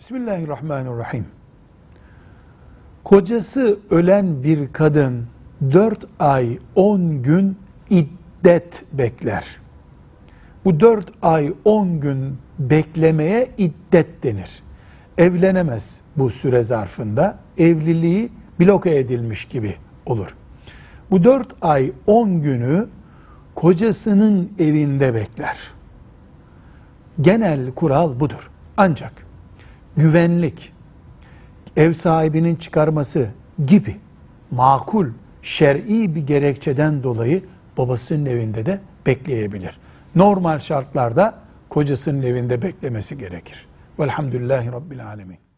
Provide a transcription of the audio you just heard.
Bismillahirrahmanirrahim. Kocası ölen bir kadın 4 ay 10 gün iddet bekler. Bu 4 ay 10 gün beklemeye iddet denir. Evlenemez bu süre zarfında. Evliliği bloke edilmiş gibi olur. Bu 4 ay 10 günü kocasının evinde bekler. Genel kural budur. Ancak güvenlik, ev sahibinin çıkarması gibi makul, şer'i bir gerekçeden dolayı babasının evinde de bekleyebilir. Normal şartlarda kocasının evinde beklemesi gerekir. Velhamdülillahi Rabbil Alemin.